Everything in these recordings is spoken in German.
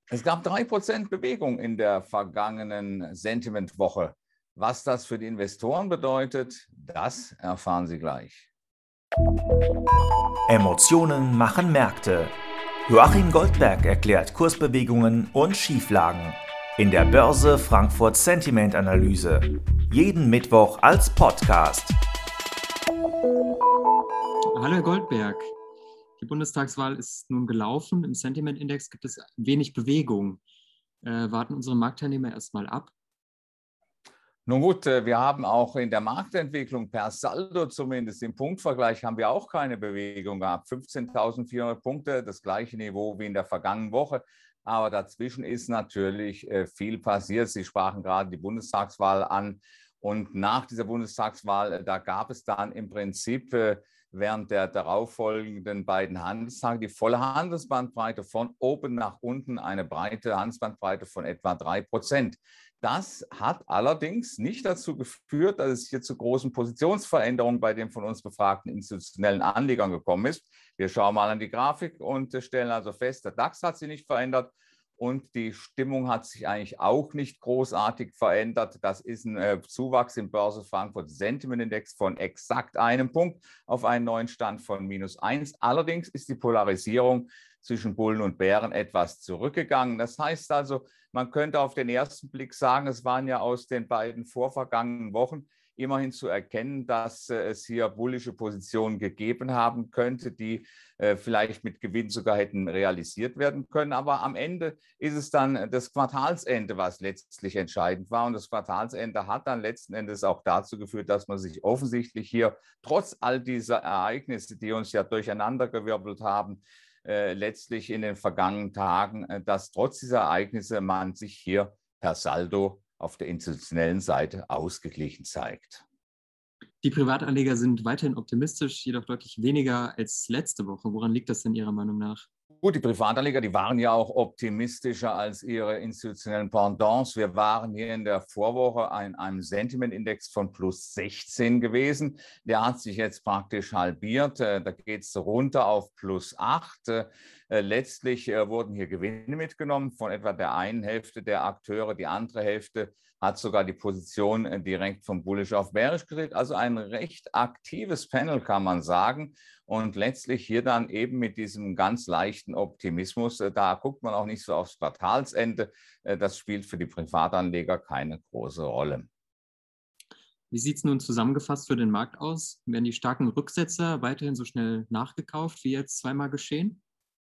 Es gab 3% Bewegung in der vergangenen Sentiment-Woche. Was das für die Investoren bedeutet, das erfahren Sie gleich. Emotionen machen Märkte. Joachim Goldberg erklärt Kursbewegungen und Schieflagen in der Börse Frankfurt Sentiment Analyse. Jeden Mittwoch als Podcast. Hallo Herr Goldberg. Die Bundestagswahl ist nun gelaufen. Im Sentiment-Index gibt es wenig Bewegung. Warten unsere Marktteilnehmer erstmal ab? Nun gut, wir haben auch in der Marktentwicklung per Saldo zumindest im Punktvergleich haben wir auch keine Bewegung gehabt. 15.400 Punkte, das gleiche Niveau wie in der vergangenen Woche. Aber dazwischen ist natürlich viel passiert. Sie sprachen gerade die Bundestagswahl an. Und nach dieser Bundestagswahl, da gab es dann im Prinzip während der darauffolgenden beiden Handelstage die volle Handelsbandbreite von oben nach unten, eine breite Handelsbandbreite von etwa 3%. Das hat allerdings nicht dazu geführt, dass es hier zu großen Positionsveränderungen bei den von uns befragten institutionellen Anlegern gekommen ist. Wir schauen mal an die Grafik und stellen also fest, der DAX hat sich nicht verändert. Und die Stimmung hat sich eigentlich auch nicht großartig verändert. Das ist ein Zuwachs im Börse Frankfurt Sentiment Index von exakt einem Punkt auf einen neuen Stand von -1. Allerdings ist die Polarisierung zwischen Bullen und Bären etwas zurückgegangen. Das heißt also, man könnte auf den ersten Blick sagen, es waren ja aus den beiden vorvergangenen Wochen immerhin zu erkennen, dass es hier bullische Positionen gegeben haben könnte, die vielleicht mit Gewinn sogar hätten realisiert werden können. Aber am Ende ist es dann das Quartalsende, was letztlich entscheidend war. Und das Quartalsende hat dann letzten Endes auch dazu geführt, dass man sich offensichtlich hier trotz all dieser Ereignisse, die uns ja durcheinandergewirbelt haben, letztlich in den vergangenen Tagen, dass trotz dieser Ereignisse man sich hier per Saldo auf der institutionellen Seite ausgeglichen zeigt. Die Privatanleger sind weiterhin optimistisch, jedoch deutlich weniger als letzte Woche. Woran liegt das denn Ihrer Meinung nach? Gut, die Privatanleger, die waren ja auch optimistischer als ihre institutionellen Pendants. Wir waren hier in der Vorwoche in einem Sentiment-Index von +16 gewesen. Der hat sich jetzt praktisch halbiert. Da geht es runter auf +8. Letztlich wurden hier Gewinne mitgenommen von etwa der einen Hälfte der Akteure. Die andere Hälfte hat sogar die Position direkt vom Bullish auf Bearish gedreht. Also ein recht aktives Panel, kann man sagen. Und letztlich hier dann eben mit diesem ganz leichten Optimismus, da guckt man auch nicht so aufs Quartalsende. Das spielt für die Privatanleger keine große Rolle. Wie sieht es nun zusammengefasst für den Markt aus? Werden die starken Rücksetzer weiterhin so schnell nachgekauft, wie jetzt zweimal geschehen?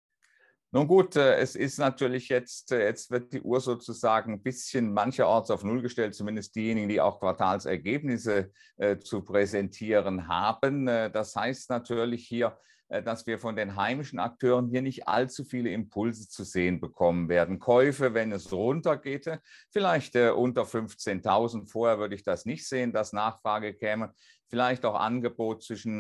Nun gut, es ist natürlich jetzt wird die Uhr sozusagen ein bisschen mancherorts auf Null gestellt, zumindest diejenigen, die auch Quartalsergebnisse zu präsentieren haben. Das heißt natürlich hier, dass wir von den heimischen Akteuren hier nicht allzu viele Impulse zu sehen bekommen werden. Käufe, wenn es runtergeht, vielleicht unter 15.000. Vorher würde ich das nicht sehen, dass Nachfrage käme. Vielleicht auch Angebot zwischen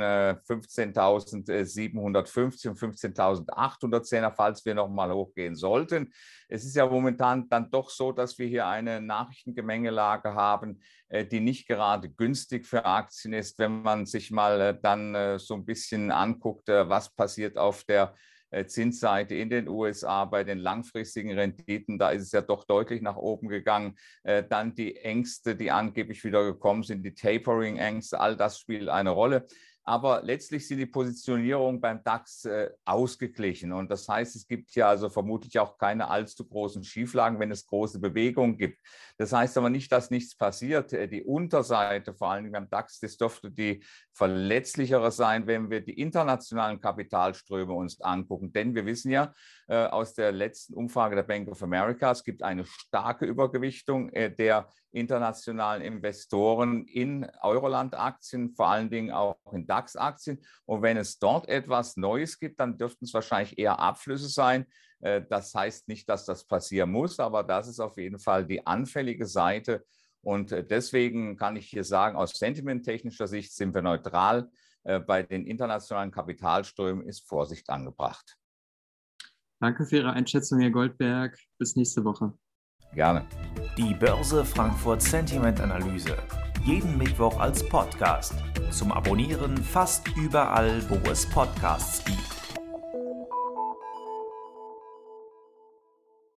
15.750 und 15.810, falls wir nochmal hochgehen sollten. Es ist ja momentan dann doch so, dass wir hier eine Nachrichtengemengelage haben, die nicht gerade günstig für Aktien ist. Wenn man sich mal dann so ein bisschen anguckt, was passiert auf der Zinsseite in den USA bei den langfristigen Renditen, da ist es ja doch deutlich nach oben gegangen. Dann die Ängste, die angeblich wieder gekommen sind, die Tapering-Ängste, all das spielt eine Rolle. Aber letztlich sind die Positionierungen beim DAX ausgeglichen. Und das heißt, es gibt hier also vermutlich auch keine allzu großen Schieflagen, wenn es große Bewegungen gibt. Das heißt aber nicht, dass nichts passiert. Die Unterseite, vor allem beim DAX, das dürfte die verletzlichere sein, wenn wir die internationalen Kapitalströme uns angucken. Denn wir wissen ja aus der letzten Umfrage der Bank of America, es gibt eine starke Übergewichtung der internationalen Investoren in Euroland-Aktien, vor allen Dingen auch in DAX-Aktien. Und wenn es dort etwas Neues gibt, dann dürften es wahrscheinlich eher Abflüsse sein. Das heißt nicht, dass das passieren muss, aber das ist auf jeden Fall die anfällige Seite. Und deswegen kann ich hier sagen, aus sentimenttechnischer Sicht sind wir neutral. Bei den internationalen Kapitalströmen ist Vorsicht angebracht. Danke für Ihre Einschätzung, Herr Goldberg. Bis nächste Woche. Gerne. Die Börse Frankfurt Sentiment Analyse. Jeden Mittwoch als Podcast. Zum Abonnieren fast überall, wo es Podcasts gibt.